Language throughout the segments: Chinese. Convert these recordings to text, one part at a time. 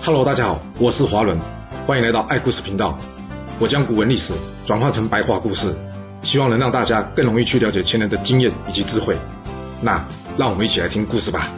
Hello， 大家好，我是华伦，欢迎来到爱故事频道。我将古文历史转化成白话故事，希望能让大家更容易去了解前人的经验以及智慧。那让我们一起来听故事吧。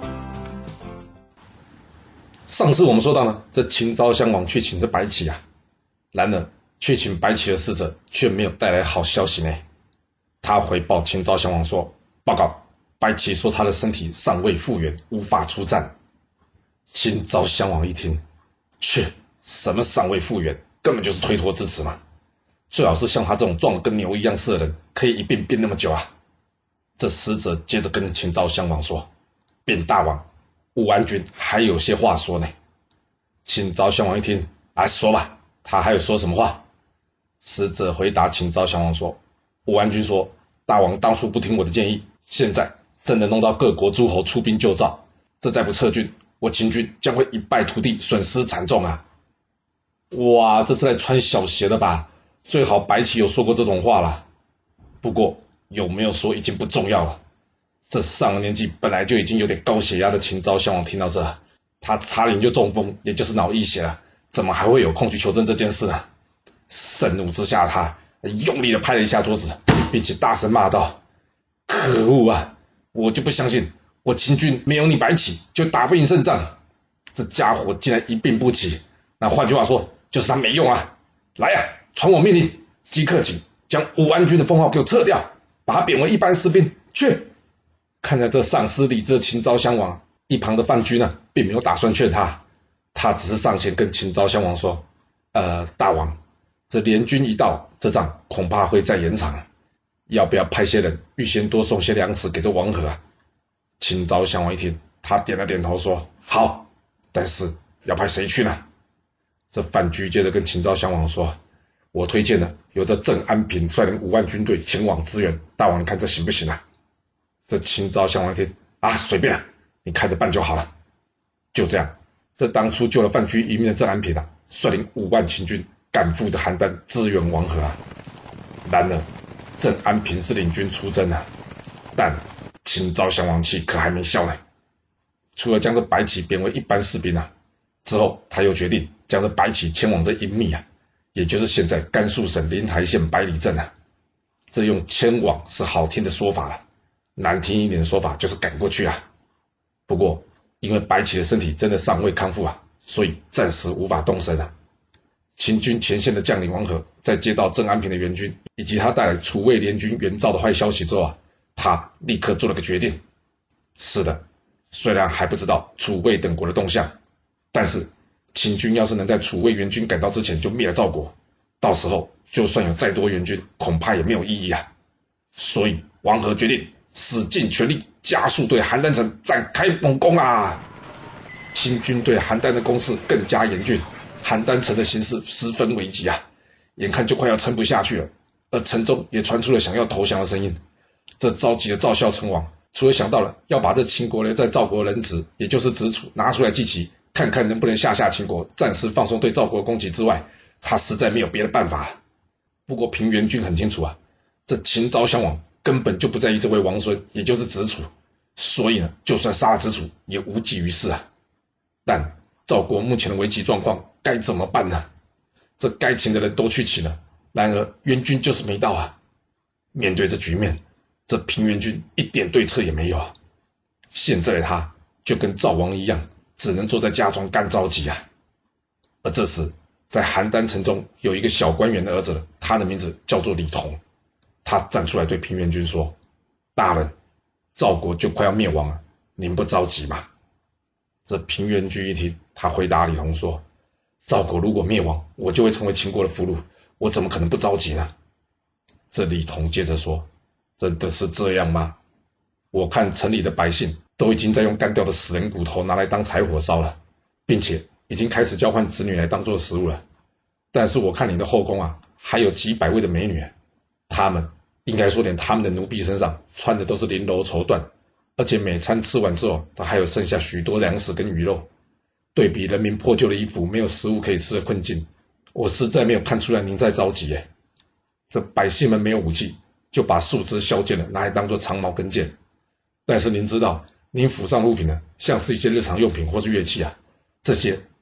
上次我们说到呢，这秦昭襄王去请这白起啊，然而去请白起的使者却没有带来好消息呢。他回报秦昭襄王说：“报告，白起说他的身体尚未复原，无法出战。”秦昭襄王一听，什么尚未复原，根本就是推脱之词嘛！最好是像他这种壮得跟牛一样似的人，可以一病病那么久啊！这使者接着跟秦昭襄王说：“禀大王，武安君还有些话说呢。”秦昭襄王一听，说吧，他还有说什么话？使者回答秦昭襄王说：“武安君说，大王当初不听我的建议，现在真的弄到各国诸侯出兵救赵，这再不撤军，我秦军将会一败涂地，损失惨重啊！”哇，这是来穿小鞋的吧？最好白起有说过这种话啦。不过有没有说已经不重要了。这上了年纪本来就已经有点高血压的秦昭襄王听到这，他差点就中风，也就是脑溢血了，怎么还会有空去求证这件事呢？盛怒之下，他用力的拍了一下桌子，并且大声骂道：“可恶啊！我就不相信我秦军没有你白起就打不赢胜仗，这家伙竟然一病不起，那换句话说就是他没用啊！来啊，传我命令，即刻请将武安君的封号给我撤掉，把他贬为一般士兵，去！”看着这丧失理智的秦昭襄王，一旁的范雎呢，并没有打算劝他，他只是上前跟秦昭襄王说：“大王，这联军一到，这仗恐怕会再延长，要不要派些人预先多送些粮食给这王和啊？”秦昭襄王一听，他点了点头说：“好，但是要派谁去呢？”这范雎接着跟秦昭襄王说：“我推荐呢，由这郑安平率领5万军队前往支援，大王你看这行不行啊？”这秦昭襄王一听，随便你看着办就好了。就这样，这当初救了范雎一命的郑安平率领5万秦军赶赴这邯郸支援王和啊。然而郑安平是领军出征但秦昭襄王气可还没消呢。除了将这白起贬为一般士兵之后他又决定将这白起迁往这阴密也就是现在甘肃省临台县百里镇这用迁往是好听的说法了，难听一点的说法就是赶过去不过因为白起的身体真的尚未康复所以暂时无法动身秦军前线的将领王和在接到郑安平的援军以及他带来楚魏联军援赵的坏消息之后他立刻做了个决定。是的，虽然还不知道楚魏等国的动向，但是秦军要是能在楚魏援军赶到之前就灭了赵国，到时候就算有再多援军恐怕也没有意义所以王和决定使尽全力加速对邯郸城展开猛攻秦军对邯郸的攻势更加严峻，邯郸城的形势十分危急眼看就快要撑不下去了，而城中也传出了想要投降的声音。这着急的赵孝成王除了想到了要把这秦国留在赵国的人质，也就是子楚拿出来祭旗，看看能不能吓秦国，暂时放松对赵国的攻击之外，他实在没有别的办法不过平原君很清楚这秦昭襄王根本就不在意这位王孙，也就是子楚，所以呢，就算杀了子楚也无济于事但赵国目前的危急状况该怎么办呢？这该请的人都去请了，然而援军就是没到面对这局面，这平原君一点对策也没有现在的他就跟赵王一样，只能坐在家中干着急而这时在邯郸城中有一个小官员的儿子，他的名字叫做李同，他站出来对平原君说：“大人，赵国就快要灭亡了，您不着急吗？”这平原君一听，他回答李同说：“赵国如果灭亡，我就会成为秦国的俘虏，我怎么可能不着急呢？”这李同接着说：“真的是这样吗？我看城里的百姓都已经在用干掉的死人骨头拿来当柴火烧了，并且已经开始交换子女来当做食物了。但是我看你的后宫还有几百位的美女，他们应该说连他们的奴婢身上穿的都是绫罗绸缎，而且每餐吃完之后都还有剩下许多粮食跟鱼肉。对比人民破旧的衣服没有食物可以吃的困境，我实在没有看出来您在着急这百姓们没有武器，就把树枝削尖了拿来当做长矛跟剑。但是您知道，您府上的物品呢，像是一些日常用品或是乐器这些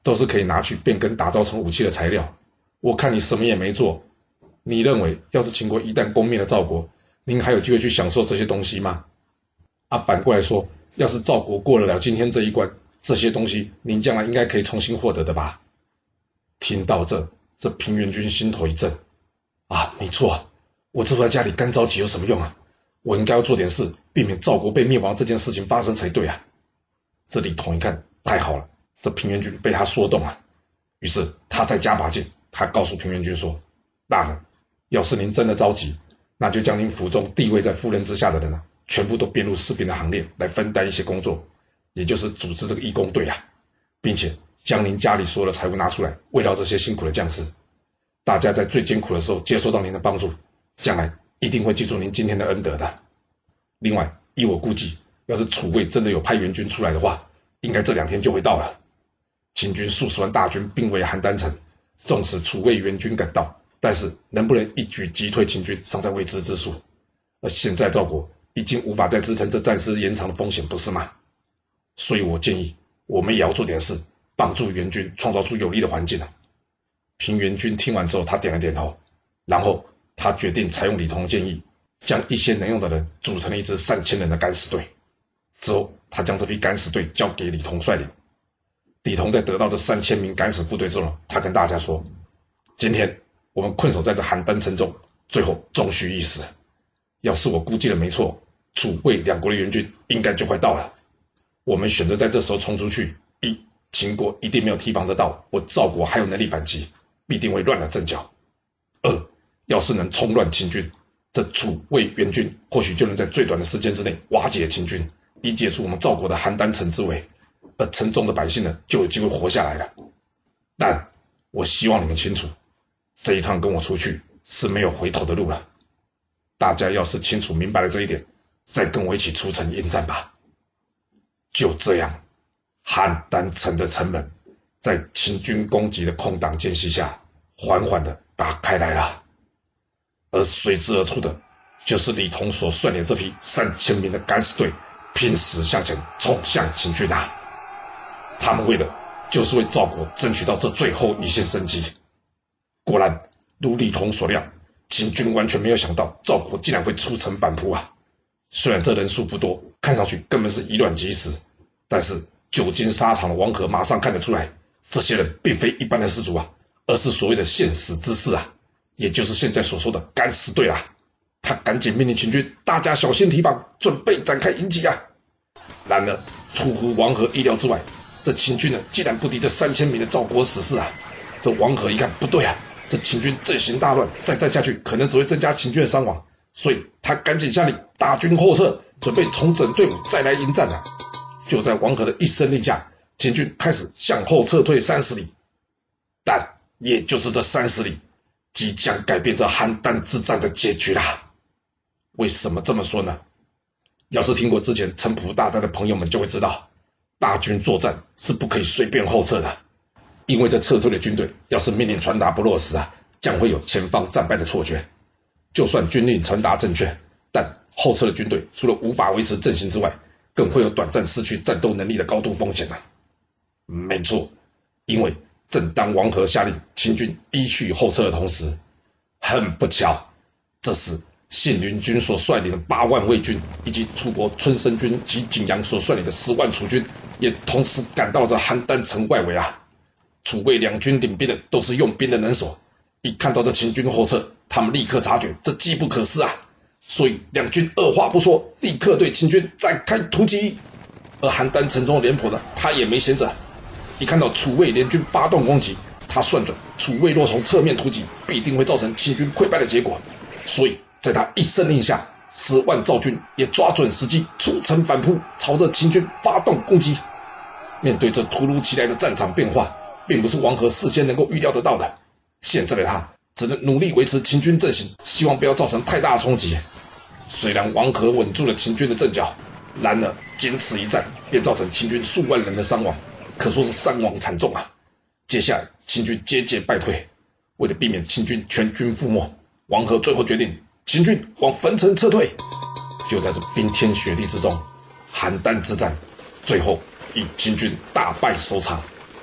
都是可以拿去变更打造成武器的材料。我看你什么也没做，你认为要是秦国一旦攻灭了赵国，您还有机会去享受这些东西吗？反过来说，要是赵国过得了今天这一关，这些东西您将来应该可以重新获得的吧？听到这平原君心头一震，没错，我坐在家里干着急有什么用啊？我应该要做点事，避免赵国被灭亡这件事情发生才对啊。这李统一看，太好了，这平原君被他说动了，于是他再加把劲，他告诉平原君说，大人，要是您真的着急，那就将您府中地位在夫人之下的人全部都编入士兵的行列，来分担一些工作，也就是组织这个义工队并且将您家里所有的财物拿出来，慰劳这些辛苦的将士。大家在最艰苦的时候接受到您的帮助，将来一定会记住您今天的恩德的。另外，依我估计，要是楚魏真的有派援军出来的话，应该这2天就会到了。秦军数十万大军兵围邯郸城，纵使楚魏援军赶到，但是能不能一举击退秦军，尚在未知之数。而现在赵国已经无法再支撑这战事延长的风险，不是吗？所以我建议，我们也要做点事，帮助援军创造出有利的环境。平原君听完之后，他点了点头，然后他决定采用李统建议，将一些能用的人组成了一支3000人的敢死队。之后，他将这批敢死队交给李统率领。李统在得到这3000名敢死部队之后，他跟大家说：“今天我们困守在这邯郸城中，最后终须一死。要是我估计的没错，楚魏2国的援军应该就快到了。我们选择在这时候冲出去，一，秦国一定没有提防得到我赵国还有能力反击，必定会乱了阵脚；二，要是能冲乱秦军，这楚魏援军或许就能在最短的时间之内瓦解秦军，以解除我们赵国的邯郸城之围，而城中的百姓呢，就有机会活下来了。但我希望你们清楚，这一趟跟我出去是没有回头的路了。大家要是清楚明白了这一点，再跟我一起出城应战吧。”就这样，邯郸城的城门在秦军攻击的空档间隙下，缓缓地打开来了。而随之而出的，就是李统所率领这批3000名的敢死队，拼死向前冲向秦军他们为的就是为赵国争取到这最后一线生机。果然，如李统所料，秦军完全没有想到赵国竟然会出城反扑虽然这人数不多，看上去根本是以卵击石，但是久经沙场的王和马上看得出来，这些人并非一般的士卒而是所谓的现死之士也就是现在所说的敢死队他赶紧命令秦军，大家小心提防，准备展开迎击然而，出乎王和意料之外，这秦军呢，竟然不敌这3000名的赵国死士这王和一看不对这秦军阵型大乱，再战下去可能只会增加秦军的伤亡，所以他赶紧下令大军后撤，准备重整队伍再来迎战就在王和的一声令下，秦军开始向后撤退30里，但也就是这30里，即将改变这邯郸之战的结局为什么这么说呢？要是听过之前城濮大战的朋友们就会知道，大军作战是不可以随便后撤的，因为这撤退的军队要是命令传达不落实将会有前方战败的错觉。就算军令传达正确，但后撤的军队除了无法维持阵型之外，更会有短暂失去战斗能力的高度风险没错，因为正当王和下令秦军依序后撤的同时，很不巧，这时信陵君所率领的8万魏军，以及楚国春申君及景阳所率领的10万楚军，也同时赶到了这邯郸城外围楚魏2军领兵的都是用兵的能手，一看到这秦军后撤，他们立刻察觉这机不可失所以2军二话不说，立刻对秦军展开突击。而邯郸城中的廉颇呢，他也没闲着，一看到楚魏联军发动攻击，他算准楚魏若从侧面突击，必定会造成秦军溃败的结果，所以在他一声令下，10万赵军也抓准时机出城反扑，朝着秦军发动攻击。面对这突如其来的战场变化，并不是王和事先能够预料得到的，现在的他只能努力维持秦军阵型，希望不要造成太大的冲击。虽然王和稳住了秦军的阵脚，然而仅此一战便造成秦军数万人的伤亡，可说是伤亡惨重接下来秦军节节败退，为了避免秦军全军覆没，王和最后决定秦军往汾城撤退。就在这冰天雪地之中，邯郸之战最后以秦军大败收场。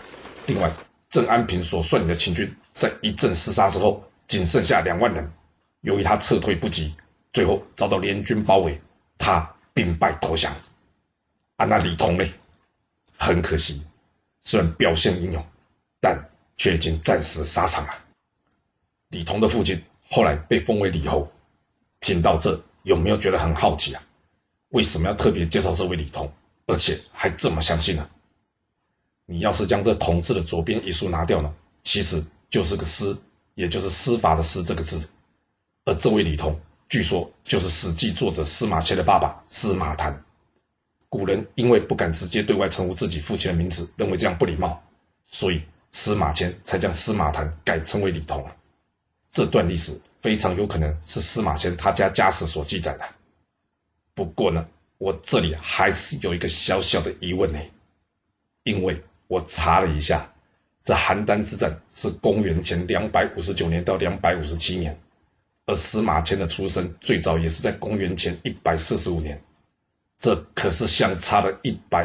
另外，郑安平所率领的秦军在一阵厮杀之后，仅剩下2万人。由于他撤退不及，最后遭到联军包围，他兵败投降。那李通呢？很可惜，虽然表现英勇，但却已经战死沙场了。李通的父亲后来被封为李侯。听到这，有没有觉得很好奇啊？为什么要特别介绍这位李通，而且还这么相信呢？你要是将这同字的左边一竖拿掉呢，其实就是个司，也就是司法的司这个字。而这位李通，据说就是《史记》作者司马迁的爸爸司马谈。古人因为不敢直接对外称呼自己父亲的名字，认为这样不礼貌，所以司马迁才将司马谈改称为李通。这段历史非常有可能是司马迁他家家史所记载的。不过呢，我这里还是有一个小小的疑问呢，因为我查了一下，这邯郸之战是公元前259年到257年，而司马迁的出生最早也是在公元前145年，这可是相差了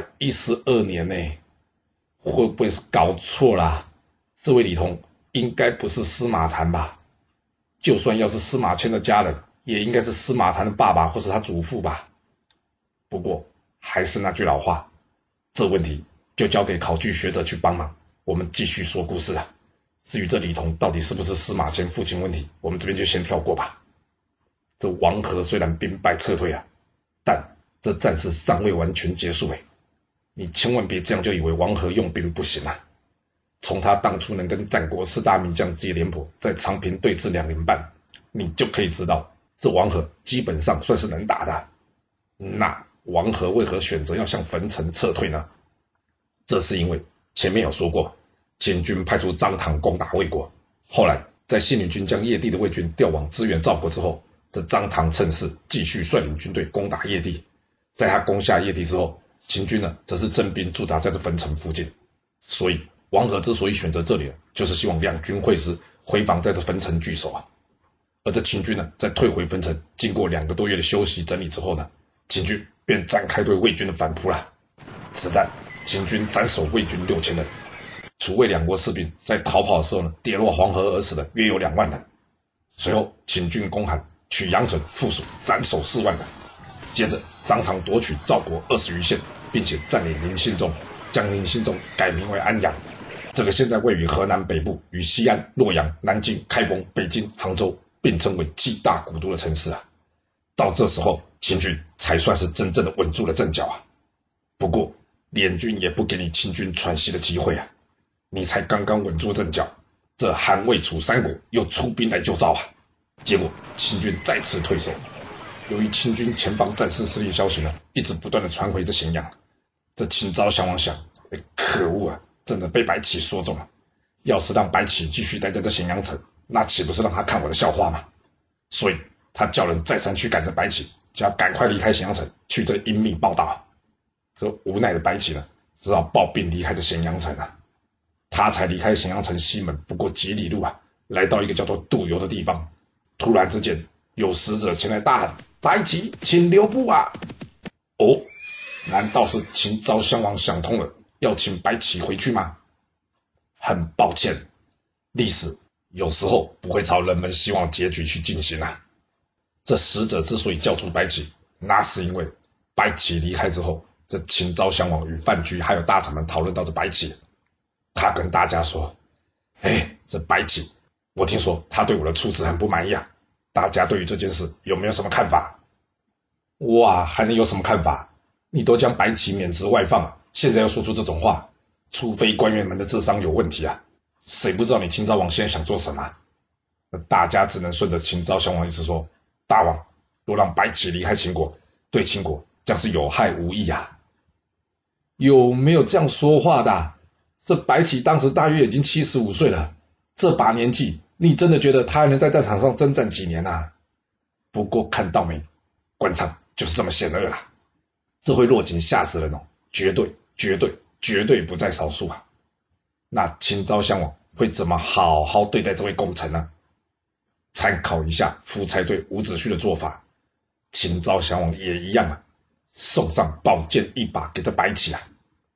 112年呢，会不会是搞错啦？这位李通应该不是司马谈吧？就算要是司马迁的家人，也应该是司马谈的爸爸或是他祖父吧。不过还是那句老话，这问题就交给考据学者去帮忙，我们继续说故事啊。至于这李通到底是不是司马迁父亲问题，我们这边就先跳过吧。这王和虽然兵败撤退啊，但这战事尚未完全结束你千万别这样就以为王和用兵不行啊。从他当初能跟战国4大名将之一廉颇在长平对峙2年半，你就可以知道这王和基本上算是能打的。那王和为何选择要向汾城撤退呢？这是因为前面有说过，秦军派出张唐攻打魏国，后来在信陵君将邺帝的魏军调往支援赵国之后，这张唐趁势继续率领军队攻打邺帝。在他攻下邺帝之后，秦军呢则是征兵驻扎在这汾城附近。所以王和之所以选择这里，就是希望两军会师，回防在这汾城据守啊。而这秦军呢，在退回汾城，经过2个多月的休息整理之后呢，秦军便展开对魏军的反扑了。此战，秦军斩首魏军6000人，楚魏两国士兵在逃跑的时候呢，跌落黄河而死的约有2万人。随后，秦军攻韩，取阳城，附属，斩首4万人。接着，张唐夺取赵国20余县，并且占领临信中，将临信中改名为安阳。这个现在位于河南北部，与西安、洛阳、南京、开封、北京、杭州并称为7大古都的城市啊。到这时候，秦军才算是真正的稳住了阵脚啊。不过，联军也不给你秦军喘息的机会啊！你才刚刚稳住阵脚，这韩魏楚3国又出兵来救赵啊！结果秦军再次退守。由于秦军前方战事失利消息呢，一直不断的传回这咸阳，这秦昭襄王想，可恶啊！真的被白起说中了。要是让白起继续待在这咸阳城，那岂不是让他看我的笑话吗？所以他叫人再三驱赶着白起，叫他赶快离开咸阳城，去这阴密报道。这无奈的白起呢，只好抱病离开这咸阳城啊。他才离开咸阳城西门不过几里路啊，来到一个叫做杜游的地方。突然之间，有使者前来大喊：“白起，请留步啊！”哦，难道是秦昭襄王想通了，要请白起回去吗？很抱歉，历史有时候不会朝人们希望的结局去进行啊。这使者之所以叫出白起，那是因为白起离开之后，这秦昭襄王与范雎还有大臣们讨论到这白起，他跟大家说：“这白起，我听说他对我的处置很不满意啊，大家对于这件事有没有什么看法？”哇，还能有什么看法？你都将白起免职外放，现在又说出这种话，除非官员们的智商有问题啊！谁不知道你秦昭王现在想做什么？那大家只能顺着秦昭襄王意思说：“大王，若让白起离开秦国，对秦国将是有害无益啊！”有没有这样说话的啊？这白起当时大约已经75岁了，这把年纪，你真的觉得他还能在战场上征战几年啊？不过看到没，官场就是这么险恶啦，这会落井下石人哦，绝对不在少数啊。那秦昭襄王会怎么好好对待这位功臣呢？参考一下夫差对伍子胥的做法，秦昭襄王也一样啊，送上宝剑一把给这白起啊。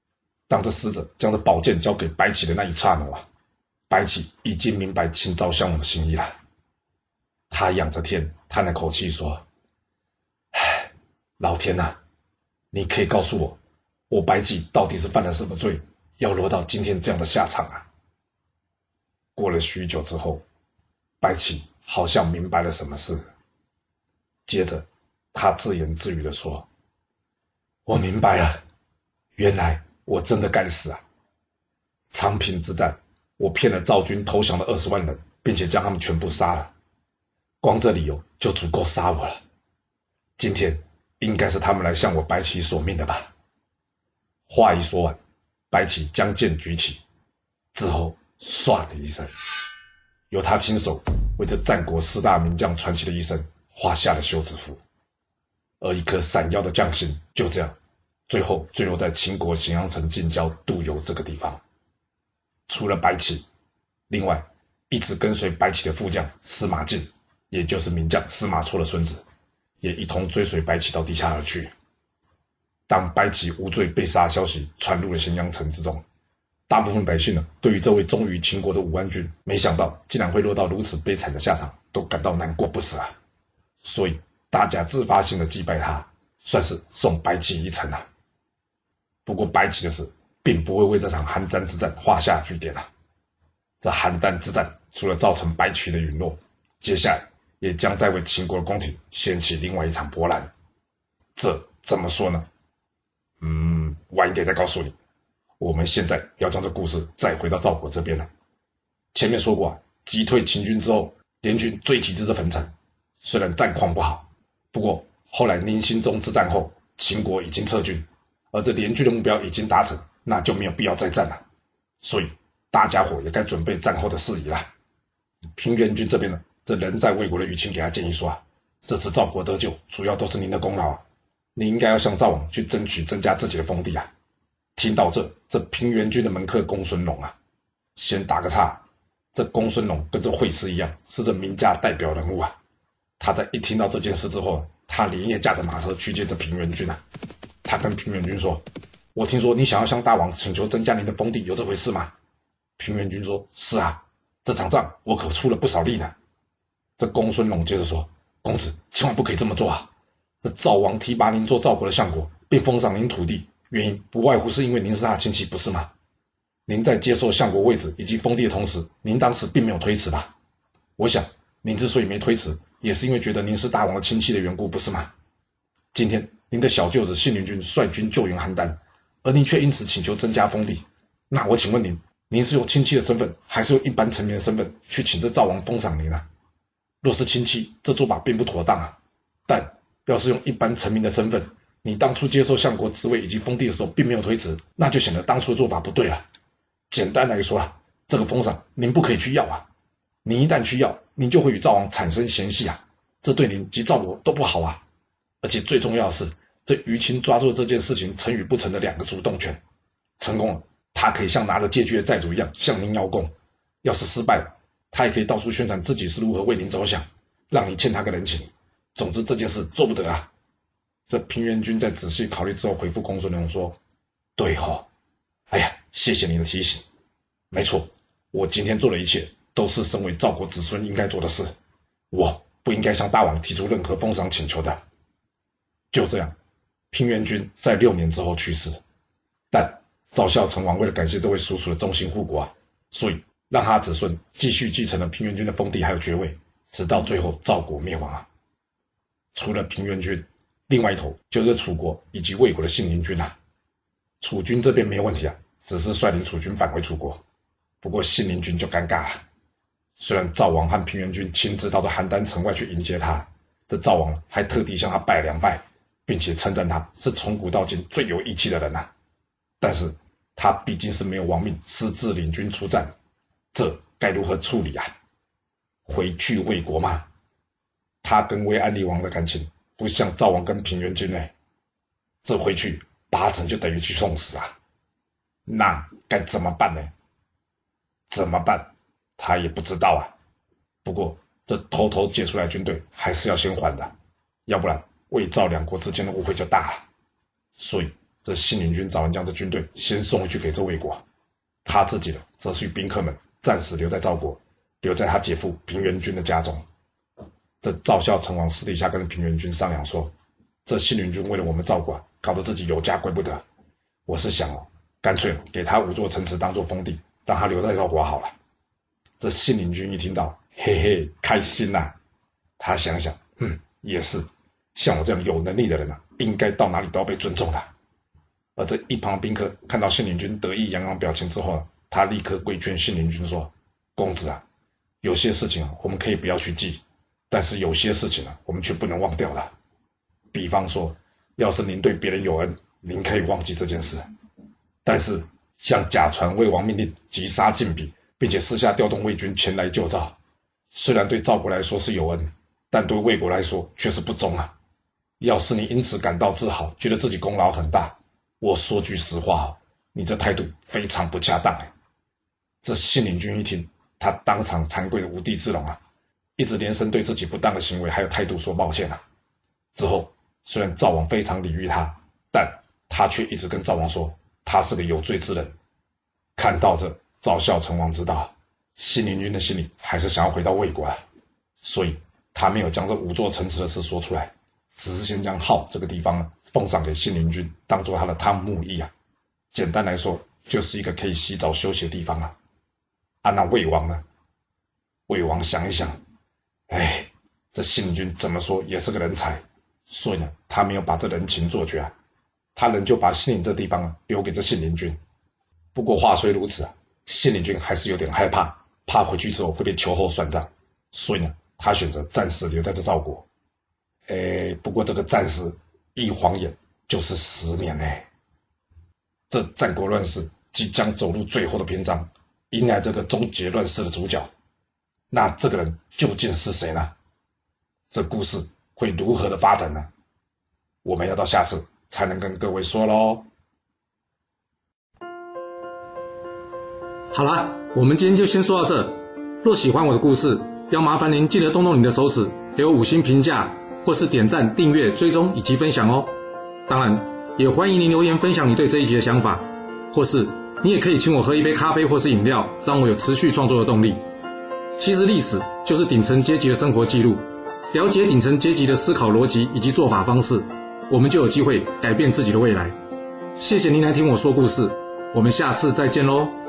当这使者将这宝剑交给白起的那一刹那啊，白起已经明白秦昭襄王的心意了。他仰着天叹了口气说：唉，老天啊，你可以告诉我，我白起到底是犯了什么罪，要落到今天这样的下场啊？过了许久之后，白起好像明白了什么事，接着他自言自语地说：我明白了，原来我真的该死啊！长平之战，我骗了赵军投降的20万人，并且将他们全部杀了，光这理由就足够杀我了。今天应该是他们来向我白起索命的吧？话一说完，白起将剑举起，之后唰的一声，由他亲手为这战国4大名将传奇的一生画下了休止符。而一颗闪耀的将星就这样最后坠落在秦国咸阳城近郊杜游这个地方。除了白起，另外一直跟随白起的副将司马敬，也就是名将司马错的孙子，也一同追随白起到地下而去。当白起无罪被杀的消息传入了咸阳城之中，大部分百姓呢，对于这位忠于秦国的武安君，没想到竟然会落到如此悲惨的下场，都感到难过不舍啊。所以大家自发性的祭拜他，算是送白起一程啊。不过白起的死并不会为这场邯郸之战画下句点啊。这邯郸之战除了造成白起的陨落，接下来也将在为秦国的宫廷掀起另外一场波澜。这怎么说呢？晚一点再告诉你。我们现在要将这故事再回到赵国这边了。前面说过啊，击退秦军之后，联军追击至这汾城，虽然战况不好，不过后来宁兴宗之战后，秦国已经撤军，而这联军的目标已经达成，那就没有必要再战了。所以大家伙也该准备战后的事宜了。平原君这边呢，这人在魏国的于青给他建议说啊，这次赵国得救主要都是您的功劳啊，你应该要向赵王去争取增加自己的封地啊。听到这平原君的门客公孙龙啊，先打个岔，这公孙龙跟这惠施一样，是这名家代表人物啊。他在一听到这件事之后，他连夜驾着马车去见这平原君啊。他跟平原君说：我听说你想要向大王请求增加您的封地，有这回事吗？平原君说：是啊，这场仗我可出了不少力呢。这公孙龙接着说：公子千万不可以这么做啊，这赵王提拔您做赵国的相国，并封赏您土地，原因不外乎是因为您是他的亲戚，不是吗？您在接受相国位置以及封地的同时，您当时并没有推辞吧？我想您之所以没推辞，也是因为觉得您是大王的亲戚的缘故，不是吗？今天您的小舅子信陵君率军救援邯郸，而您却因此请求增加封地，那我请问您是用亲戚的身份，还是用一般臣民的身份去请这赵王封赏您呢？若是亲戚，这做法并不妥当啊。但要是用一般臣民的身份，你当初接受相国职位以及封地的时候并没有推辞，那就显得当初的做法不对了。简单来说啊，这个封赏您不可以去要啊，你一旦去要，您就会与赵王产生嫌隙啊，这对您及赵国都不好啊。而且最重要的是，这于青抓住这件事情成与不成的2个主动权，成功了，他可以像拿着借据的债主一样向您邀功；要是失败了，他也可以到处宣传自己是如何为您着想，让你欠他个人情。总之这件事做不得啊。这平原君在仔细考虑之后回复公孙龙说：对哦，哎呀，谢谢您的提醒。没错，我今天做的一切都是身为赵国子孙应该做的事，我不应该向大王提出任何封赏请求的。就这样，平原君在6年之后去世，但赵孝成王为了感谢这位叔叔的忠心护国啊，所以让他子孙继续继承了平原君的封地还有爵位，直到最后赵国灭亡啊。除了平原君，另外一头就是楚国以及魏国的信陵君啊。楚军这边没有问题啊，只是率领楚军返回楚国。不过信陵君就尴尬了，虽然赵王和平原君亲自到这邯郸城外去迎接他，这赵王还特地向他拜2拜，并且称赞他是从古到今最有义气的人啊。但是他毕竟是没有亡命，私自领军出战，这该如何处理啊？回去魏国吗？他跟魏安利王的感情不像赵王跟平原君呢，这回去8成就等于去送死啊。那该怎么办呢？怎么办？他也不知道啊。不过这偷偷借出来军队还是要先还的，要不然魏赵2国之间的误会就大了。所以这信陵君早完将这军队先送回去给这魏国，他自己的则是与宾客们暂时留在赵国，留在他姐夫平原君的家中。这赵孝成王私底下跟平原君商量说，这信陵君为了我们赵国搞得自己有家归不得，我是想干脆给他5座城池当做封地，让他留在赵国好了。这信陵君一听到，嘿嘿，开心啊。他想想，也是，像我这样有能力的人应该到哪里都要被尊重的。而这一旁宾客看到信陵君得意洋洋表情之后，他立刻规劝信陵君说，公子啊，有些事情我们可以不要去记，但是有些事情我们却不能忘掉了。比方说，要是您对别人有恩，您可以忘记这件事，但是像假传魏王命令击杀晋鄙，并且私下调动魏军前来救赵，虽然对赵国来说是有恩，但对魏国来说却是不忠啊。要是你因此感到自豪，觉得自己功劳很大，我说句实话，你这态度非常不恰当。这信陵君一听，他当场惭愧的无地自容啊，一直连声对自己不当的行为还有态度说抱歉啊。之后虽然赵王非常礼遇他，但他却一直跟赵王说他是个有罪之人。看到这，赵孝成王知道信陵君的心里还是想要回到魏国啊，所以他没有将这5座城池的事说出来，只是先将镐这个地方奉上给信陵君，当做他的汤沐邑啊。简单来说，就是一个可以洗澡休息的地方啊。那魏王呢？魏王想一想，这信陵君怎么说也是个人才，所以呢，他没有把这人情做绝啊，他仍旧把信陵这地方留给这信陵君。不过话虽如此信陵君还是有点害怕，怕回去之后会被秋后算账，所以呢，他选择暂时留在这赵国。不过这个暂时一晃眼就是10年这战国乱世即将走入最后的篇章，迎来这个终结乱世的主角。那这个人究竟是谁呢？这故事会如何的发展呢？我们要到下次才能跟各位说咯。 好啦，我们今天就先说到这。若喜欢我的故事，要麻烦您记得动动你的手指，给我5星评价，或是点赞、订阅、追踪以及分享哦。当然，也欢迎您留言分享你对这一集的想法，或是你也可以请我喝一杯咖啡或是饮料，让我有持续创作的动力。其实历史就是顶层阶级的生活记录，了解顶层阶级的思考逻辑以及做法方式，我们就有机会改变自己的未来。谢谢您来听我说故事，我们下次再见咯。